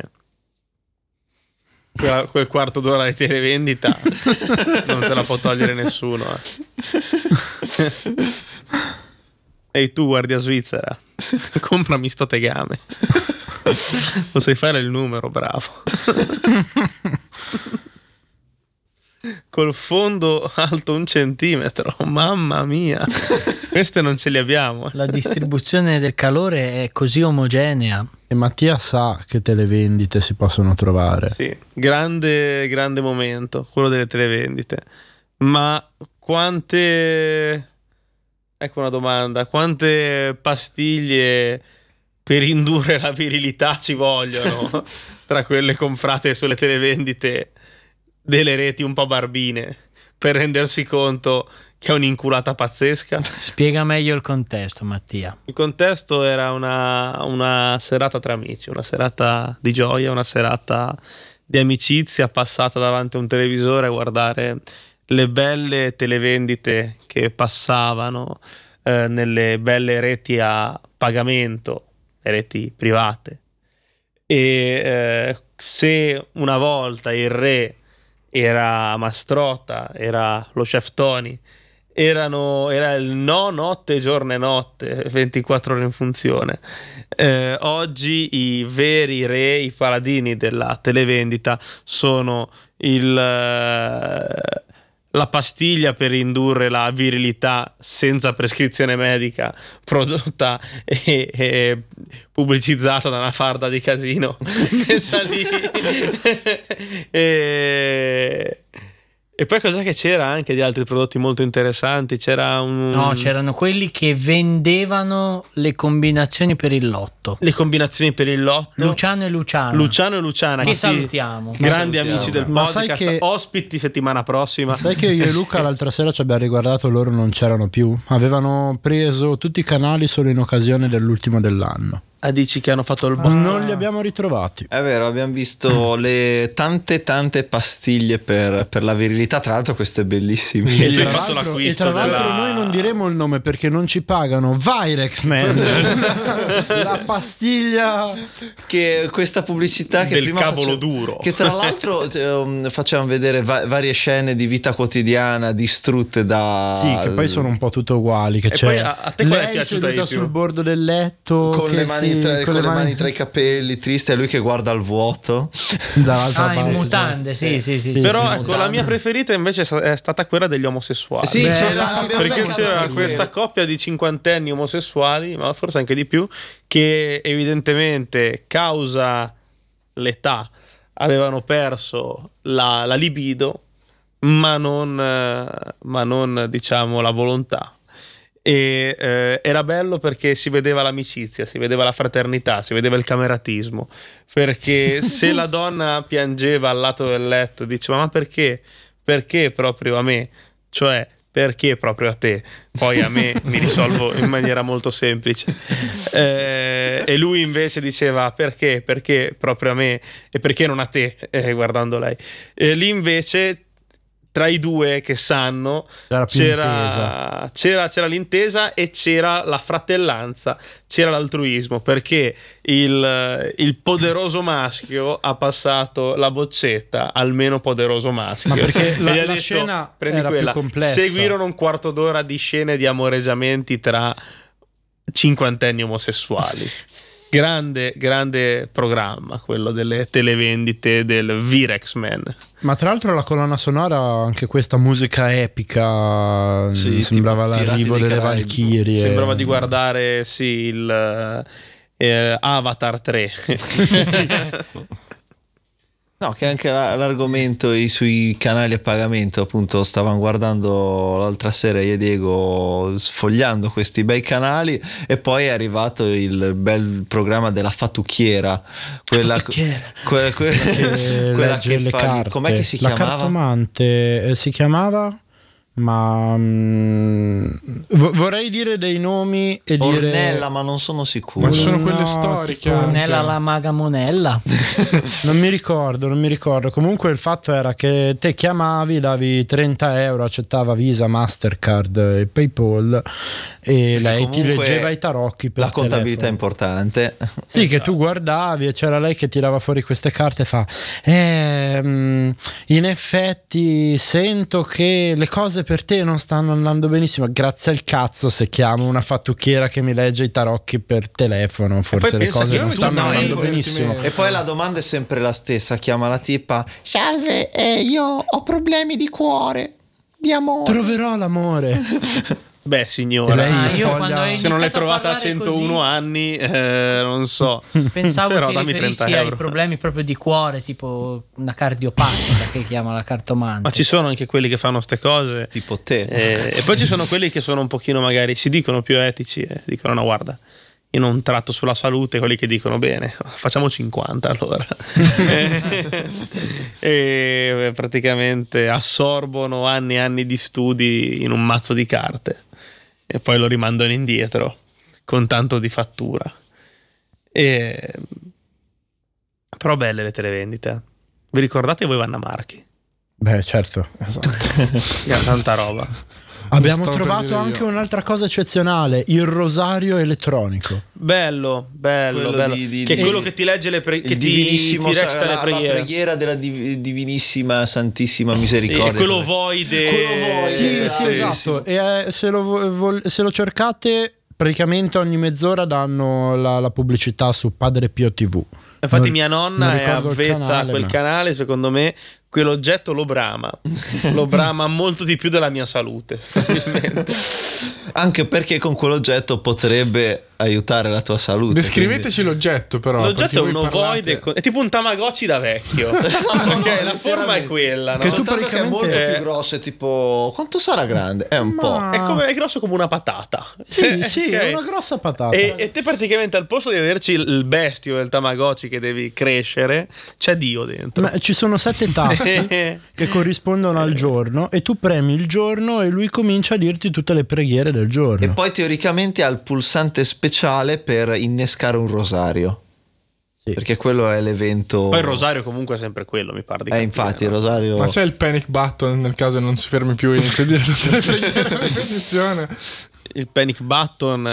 quel quarto d'ora di televendita non te la può togliere nessuno. Ehi tu, guardia svizzera, comprami sto tegame. Lo sai fare il numero, bravo. Col fondo alto 1 centimetro, mamma mia. Queste non ce le abbiamo. la distribuzione del calore è così omogenea. E Mattia sa che televendite si possono trovare. Sì, grande momento, quello delle televendite. Ma quante... Ecco una domanda. Quante pastiglie per indurre la virilità ci vogliono tra quelle comprate sulle televendite delle reti un po' barbine per rendersi conto che è un'inculata pazzesca? Spiega meglio il contesto, Mattia. Il contesto era una serata tra amici, una serata di gioia, una serata di amicizia passata davanti a un televisore a guardare le belle televendite che passavano nelle belle reti a pagamento, reti private. E se una volta il re era Mastrota, era lo chef Tony, era il no notte giorno e notte 24 ore in funzione. Oggi i veri re, i paladini della televendita sono la pastiglia per indurre la virilità senza prescrizione medica, prodotta e pubblicizzata da una farda di casino messa lì E poi cos'è che c'era anche di altri prodotti molto interessanti? C'era No, c'erano quelli che vendevano le combinazioni per il lotto. le combinazioni per il lotto. Luciano e Luciana. Luciano e Luciana, Che sì, salutiamo. grandi amici del Ma sai podcast, che- ospiti settimana prossima. Sai che io e Luca l'altra sera ci abbiamo riguardato, loro non c'erano più. Avevano preso tutti i canali solo in occasione dell'ultimo dell'anno. Ah, dici che hanno fatto il Non li abbiamo ritrovati. È vero, abbiamo visto le tante pastiglie per la virilità. Tra l'altro, questo è bellissimo. E tu hai Tra fatto l'altro- l'acquisto e tra l'altro della- noi non diremo il nome perché non ci pagano. Virexman, la pastiglia. Che questa pubblicità che Del prima cavolo duro. che tra l'altro facevano vedere varie scene di vita quotidiana distrutte da Sì, che poi sono un po' tutte uguali. Che E c'è poi a te qual è lei piaciuta di seduta più? sul bordo del letto con che le mani, con le mani tra i capelli, triste, e lui che guarda al vuoto. dall'altra Ah, in parte. mutande, sì. Però sì, ecco, mutande. la mia preferita invece è stata quella degli omosessuali. Sì, Beh, c'era, abbiamo Perché beccato c'era anche questa coppia di cinquantenni omosessuali, ma forse anche di più, che evidentemente causa l'età avevano perso la libido, ma non diciamo la volontà. E era bello perché si vedeva l'amicizia, si vedeva la fraternità, si vedeva il cameratismo, perché se la donna piangeva al lato del letto diceva ma perché proprio a me, cioè perché proprio a te, poi a me mi risolvo in maniera molto semplice, e lui invece diceva perché proprio a me e perché non a te, guardando lei, e lì invece tra i due che sanno C'era più intesa. c'era l'intesa e c'era la fratellanza, c'era l'altruismo, perché il poderoso maschio ha passato la boccetta al meno poderoso maschio. Ma perché E la- gli ha la detto, scena prendi era più quella. complessa. Seguirono un quarto d'ora di scene di amoreggiamenti tra cinquantenni omosessuali. Grande programma quello delle televendite del Virexman. Ma tra l'altro la colonna sonora, anche questa musica epica, Sì, sembrava tipo Pirati l'arrivo dei delle Caraibi. Valchirie. Sembrava di guardare il Avatar 3. No, che anche l'argomento sui canali a pagamento, appunto, stavamo guardando l'altra sera io e Diego, sfogliando questi bei canali, e poi è arrivato il bel programma della fattucchiera, quella Che quella legge che le fa carte. com'è che si La chiamava? cartomante si chiamava, ma vorrei dire dei nomi e Ornella, dire ma non sono sicuro. Ma sono quelle No, storiche. tipo anche. Nella la maga Monella. non mi ricordo. Comunque il fatto era che te chiamavi, davi 30 euro, accettava Visa, Mastercard e PayPal, e lei ti Comunque leggeva i tarocchi per la contabilità è telefono. importante. Sì, che tu guardavi e c'era lei che tirava fuori queste carte e fa in effetti sento che le cose per te non stanno andando benissimo. Grazie al cazzo se chiamo una fattucchiera che mi legge i tarocchi per telefono, forse poi le pensa cose che non tu stanno no, andando io- benissimo. E poi la domanda è sempre la stessa, chiama la tipa: salve, io ho problemi di cuore, di amore. Troverò l'amore. Beh, signora, E lei io sfoglia- quando hai se non l'hai iniziato a trovata a parlare 101 così, anni, non so. pensavo Però ti dammi riferissi 30 ai euro. problemi proprio di cuore, tipo una cardiopatica che chiama la cartomante. Ma ci sono anche quelli che fanno ste cose. Tipo te. E poi ci sono quelli che sono un pochino magari si dicono più etici e dicono no guarda, io non tratto sulla salute, quelli che dicono bene, facciamo 50 allora. E praticamente assorbono anni e anni di studi in un mazzo di carte e poi lo rimandano indietro con tanto di fattura. Però belle le televendite. Vi ricordate voi Vanna Marchi? Beh, certo. Tanta roba. Abbiamo stavo per trovato dire io. anche un'altra cosa eccezionale, il rosario elettronico. Bello. Quello Che è quello che ti legge le preghiere, che il ti divinissimo recita le la preghiere. preghiera della divinissima santissima misericordia. E quello voide. Quello voide. Sì, sì, esatto. E se lo cercate, praticamente ogni mezz'ora danno la pubblicità su Padre Pio TV. Infatti Non- mia non nonna è ricordo il avvezza canale, a quel ma- canale, secondo me quell'oggetto lo brama. Lo brama molto di più della mia salute, probabilmente. Anche perché con quell'oggetto potrebbe aiutare la tua salute. Descriveteci l'oggetto, però. L'oggetto è perché un voi ovoide, parlate- è tipo un Tamagotchi da vecchio. Ok, la forma è quella, no? Che tu Soltanto che è molto praticamente- più grosso, è tipo quanto sarà grande? È un po'. È grosso come una patata. Sì, sì, Ok. è una grossa patata. E te praticamente al posto di averci il bestio del Tamagotchi che devi crescere, c'è Dio dentro. Ma ci sono 7 tasti che corrispondono al giorno e tu premi il giorno e lui comincia a dirti tutte le preghiere del giorno. E poi teoricamente ha il pulsante speciale per innescare un rosario. Sì. Perché quello è l'evento. Poi il rosario comunque è sempre quello, mi pare di capire, infatti il no? rosario. Ma c'è il panic button nel caso non si fermi più e inizia a dire tutte le preghiere a ripetizione. Il panic button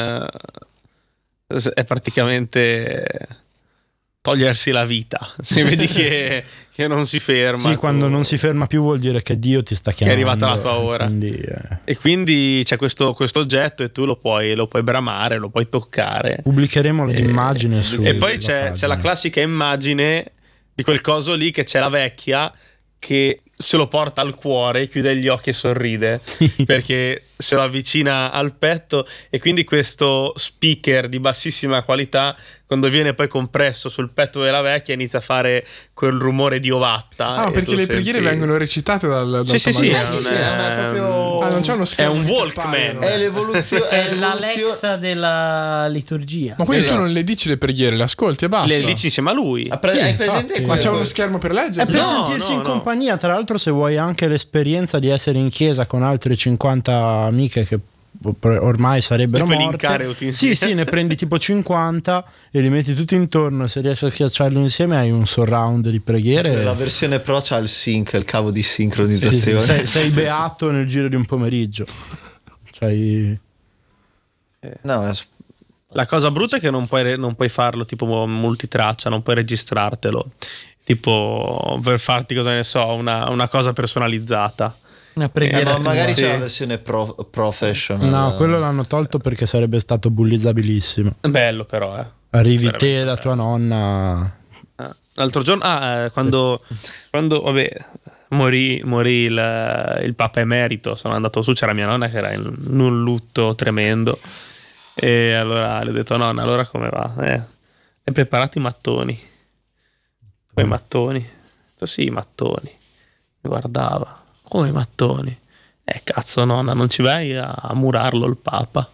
è praticamente togliersi la vita. Se vedi che non si ferma. Sì, quando non si ferma più vuol dire che Dio ti sta chiamando. è arrivata la tua ora. Quindi, E quindi c'è questo oggetto e tu lo puoi bramare, lo puoi toccare. pubblicheremo l'immagine su. E poi sulla c'è la pagina. classica immagine di quel coso lì che c'è la vecchia che se lo porta al cuore, chiude gli occhi e sorride perché se lo avvicina al petto, e quindi questo speaker di bassissima qualità, quando viene poi compresso sul petto della vecchia, inizia a fare quel rumore di ovatta. Ah, e perché tu le preghiere senti- vengono recitate dal Sì, sì, sì, Tamagotchi. sì, è una proprio- Ah, non c'è uno è schermo un che Walkman. appaiono. È l'evoluzione. È l'Alexa della liturgia. Ma quindi Esatto. tu non le dici le preghiere, le ascolti e basta. Le dici insieme a lui. Hai presente Ma c'è quello? uno schermo per È leggere? per No, sentirsi no, in no. compagnia, tra l'altro, se vuoi anche l'esperienza di essere in chiesa con altre 50 amiche che ormai sarebbero Le puoi morte. linkare tutti insieme. Sì, ne prendi tipo 50 e li metti tutti intorno. Se riesci a schiacciarli insieme hai un surround di preghiere. La versione Pro c'ha il sync, il cavo di Sì, sì, sincronizzazione. sei beato nel giro di un pomeriggio. C'hai... No, La cosa brutta è che non puoi farlo tipo multitraccia, non puoi registrartelo. Tipo per farti, cosa ne so, una cosa personalizzata. Una preghiera. ma magari Sì. c'è la versione professional. No, quello l'hanno tolto perché sarebbe stato bullizzabilissimo. Bello però, Arrivi Veramente te e la tua nonna. L'altro giorno, quando vabbè, morì il Papa Emerito, sono andato su, c'era mia nonna che era in un lutto tremendo. E allora le ho detto: nonna, allora come va? Hai preparato i mattoni? Quei mattoni? Ho detto, sì, i mattoni. Mi guardava: come i mattoni? Cazzo, nonna, non ci vai a murarlo il Papa?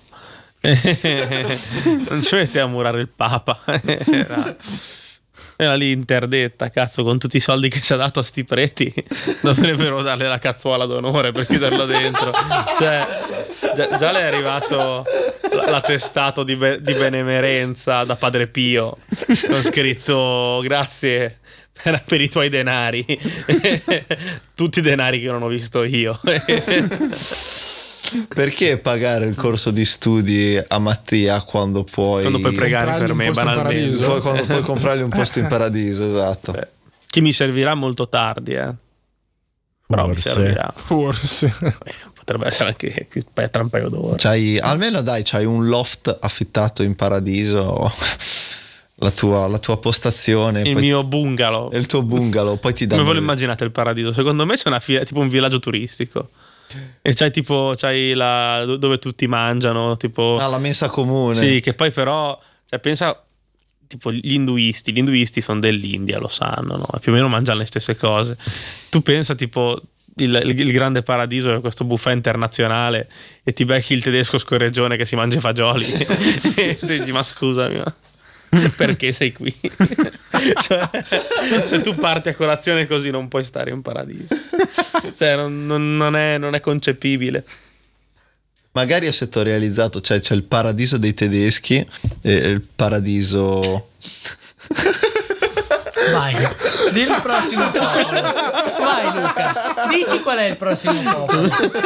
Non ci metti a murare il Papa. Era lì interdetta, cazzo, con tutti i soldi che ci ha dato a sti preti dovrebbero darle la cazzuola d'onore per chiuderlo dentro. Cioè già le è arrivato l'attestato di benemerenza da Padre Pio con scritto: grazie per i tuoi denari. Tutti i denari che non ho visto io. Perché pagare il corso di studi a Mattia quando puoi pregare per me Comprargli un posto in banalmente? paradiso? quando puoi comprargli un posto in paradiso, esatto. Che mi servirà molto tardi, però mi Forse. servirà. Forse. Potrebbe essere anche tra un paio d'ore. Almeno c'hai un loft affittato in paradiso, la tua postazione, Il poi- mio bungalow. il tuo bungalow, poi ti danno Come ve lo immaginate il paradiso? Secondo me c'è una tipo un villaggio turistico. E c'hai dove tutti mangiano, tipo la mensa comune. sì, che poi però pensa tipo gli induisti sono dell'India, lo sanno, no? E più o meno mangiano le stesse cose. Tu pensa tipo il grande paradiso è questo buffet internazionale e ti becchi il tedesco scorreggione che si mangia i fagioli e tu dici: ma scusami, ma perché sei qui? Cioè, se tu parti a colazione così non puoi stare in paradiso. Cioè non è concepibile. Magari è settorializzato, cioè c'è il paradiso dei tedeschi e il paradiso... Vai, di il prossimo popolo. Vai Luca, dici qual è il prossimo popolo.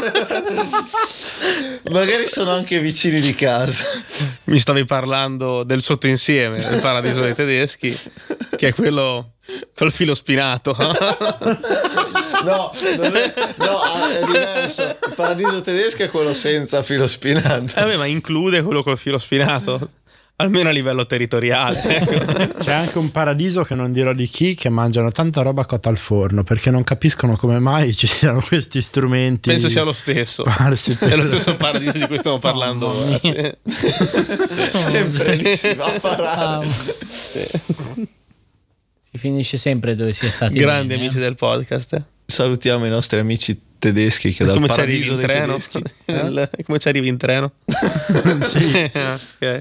Magari sono anche vicini di casa. Mi stavi parlando del sottoinsieme del paradiso dei tedeschi, che è quello col filo spinato. No, è diverso. Il paradiso tedesco è quello senza filo spinato. Vabbè, ma include quello col filo spinato. Almeno a livello territoriale. C'è anche un paradiso che non dirò di chi, che mangiano tanta roba cotta al forno perché non capiscono come mai ci siano questi strumenti. Penso sia lo stesso. È lo stesso paradiso di cui stiamo parlando ora. Sì. Sempre lì si va a parare. Si finisce sempre dove si è stati. Grandi bene, amici del podcast. Salutiamo i nostri amici tedeschi che dal Come ci arrivi paradiso in dei treno? tedeschi. Come ci arrivi in treno? Sì. Ok.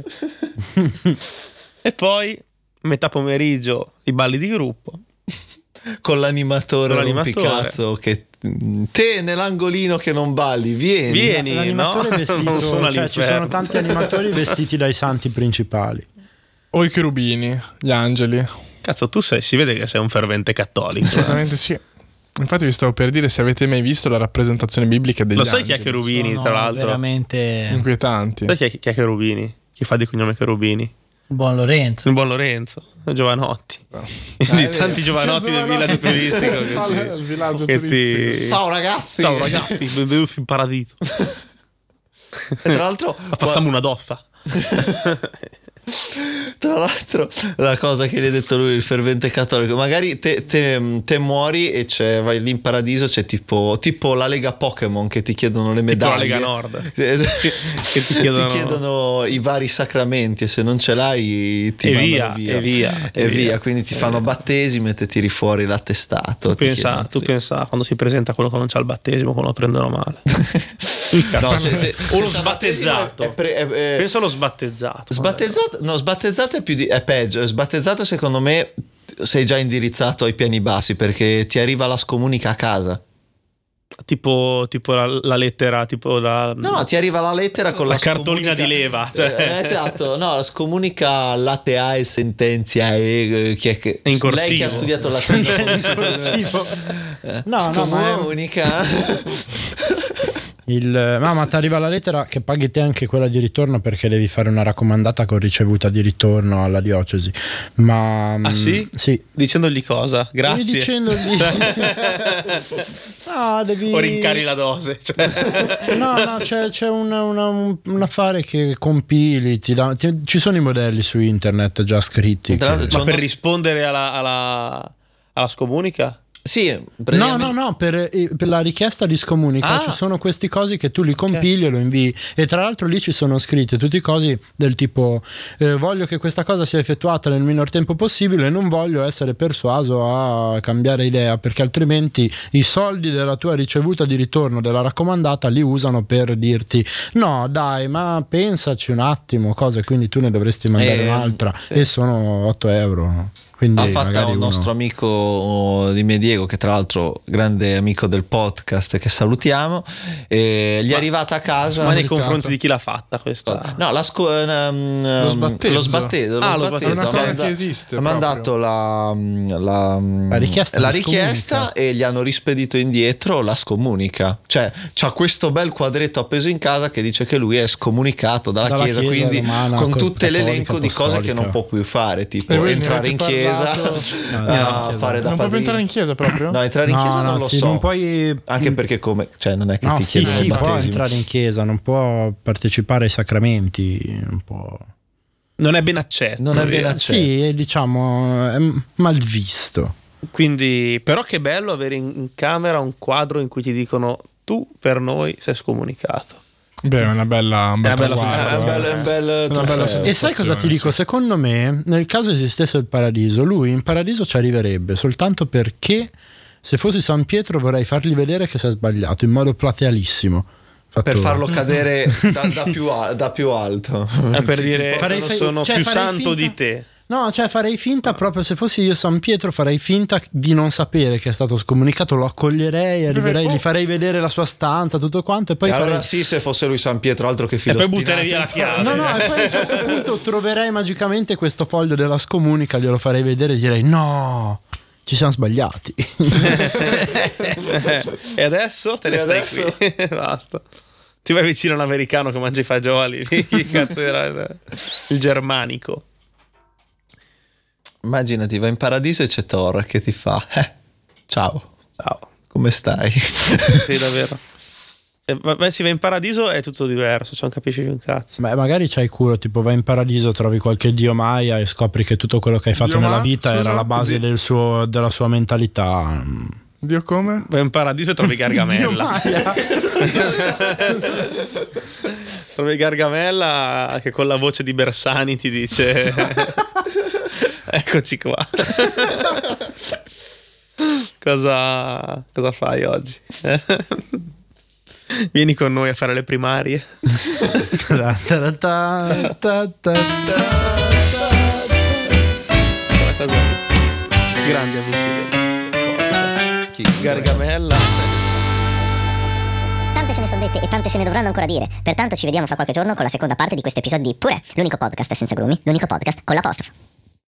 E poi metà pomeriggio i balli di gruppo Con l'animatore Con l'animatore. rompicazzo che te nell'angolino che non balli, vieni. L'animatore no? vestito, Non sono cioè ci all'inferno. sono tanti animatori vestiti dai santi principali. O i cherubini, gli angeli. Cazzo, si vede che sei un fervente cattolico. Assolutamente sì. Infatti vi stavo per dire se avete mai visto la rappresentazione biblica degli Lo sai chi angeli. ha cherubini, sono tra l'altro? veramente Inquietanti. Sai chi ha cherubini? Chi fa di cognome cherubini? un buon Lorenzo. Il buon Lorenzo, Giovanotti. Di tanti Giovanotti del villaggio turistico Il villaggio che turistico. Ciao ragazzi. Ciao ragazzi, benvenuti in paradiso. E tra l'altro Facciamo una dozza. Tra l'altro, la cosa che gli ha detto lui, il fervente cattolico, magari te muori e vai lì in paradiso, c'è tipo la Lega Pokémon che ti chiedono le Tipo la medaglie. Lega Nord. che ti chiedono- i vari sacramenti e se non ce l'hai ti E mandano via, e via. Quindi ti fanno battesimo e te tiri fuori l'attestato. Tu pensa quando si presenta quello che non c'ha il battesimo, come lo prendono male. No, o lo senza sbattezzato. battesimo Penso allo sbattezzato. Sbattezzato è peggio. Sbattezzato secondo me sei già indirizzato ai piani bassi perché ti arriva la scomunica a casa. Tipo la lettera, tipo No, ti arriva la lettera con la cartolina scomunica- di leva, cioè. Esatto, no, la scomunica latte A e sentenzia chi è che In corsivo. lei che ha studiato latino No, scomunica ma ti arriva la lettera che paghi te anche quella di ritorno perché devi fare una raccomandata con ricevuta di ritorno alla diocesi. Ma Ah sì? Sì. Dicendogli cosa? Grazie. Devi dicendogli no, devi O rincari la dose, cioè. No, c'è un affare che compili, ci sono i modelli su internet già scritti. Tra l'altro che- Ma per rispondere alla scomunica? sì, No, per la richiesta di scomunica ci sono questi cosi che tu li compili e lo invii, e tra l'altro lì ci sono scritti tutti i cosi del tipo voglio che questa cosa sia effettuata nel minor tempo possibile e non voglio essere persuaso a cambiare idea perché altrimenti i soldi della tua ricevuta di ritorno della raccomandata li usano per dirti no dai ma pensaci un attimo cosa, quindi tu ne dovresti mandare un'altra e sono 8 euro. Quindi ha fatta magari un nostro amico di me Diego, che tra l'altro grande amico del podcast, che salutiamo, e gli è arrivata a casa. Ma nei confronti di chi l'ha fatta questa? No, Lo sbattezo. Lo sbattezo. È una cosa che esiste. Ha mandato la richiesta e gli hanno rispedito indietro la scomunica. Cioè, c'ha questo bel quadretto appeso in casa che dice che lui è scomunicato dalla chiesa, quindi romana, con tutto cattolica, l'elenco di cose che non apostolica. può più fare, tipo E voi ne entrare avete in chiesa, No, fare da Non può più padrino. entrare in chiesa proprio? No, entrare in chiesa non lo sì, so. non puoi Anche perché non è che no, ti sì, chiedono il può battesimo. entrare in chiesa, non può partecipare ai sacramenti, non può. Non è ben accetto. Non è ben via. accetto. Sì, è, diciamo è mal visto. Quindi, però che bello avere in camera un quadro in cui ti dicono tu per noi sei scomunicato. Beh, è un bel bella traguardo, È un bel Una trofeo. bella E sai cosa ti dico? sì. Secondo me, nel caso esistesse il paradiso, lui in paradiso ci arriverebbe soltanto perché se fossi San Pietro vorrei fargli vedere che si è sbagliato in modo platealissimo. Per farlo cadere da più alto. Per dire Farei- sono cioè, più farei santo finta- di te. No, cioè farei finta proprio, se fossi io San Pietro farei finta di non sapere che è stato scomunicato, lo accoglierei, arriverei, gli farei vedere la sua stanza, tutto quanto e poi E allora farei... sì, se fosse lui San Pietro, altro che E filo poi butterei via la spinato. chiave. No, e poi a un certo punto troverei magicamente questo foglio della scomunica, glielo farei vedere e direi no, ci siamo sbagliati. E adesso te ne E stai adesso? qui. Basta. Ti vai vicino a un americano che mangia i fagioli. Chi cazzo era il germanico? Immaginati, va in paradiso e c'è Thor che ti fa ciao, Ciao. come stai? Sì, davvero. Si va in paradiso è tutto diverso, cioè non capisci più un cazzo. Beh, magari c'hai culo, tipo vai in paradiso, trovi qualche dio Maya e scopri che tutto quello che hai fatto Dio nella Ma? vita Scusa? era la base della sua mentalità. Dio come? Vai in paradiso e trovi Gargamella. Trovi Gargamella che con la voce di Bersani ti dice eccoci qua. Cosa fai oggi? Vieni con noi a fare le primarie. Grandi amici del Gargamella. Tante se ne sono dette e tante se ne dovranno ancora dire. Pertanto ci vediamo fra qualche giorno con la seconda parte di questo episodio di Pure, l'unico podcast senza grumi, l'unico podcast con l'apostrofo.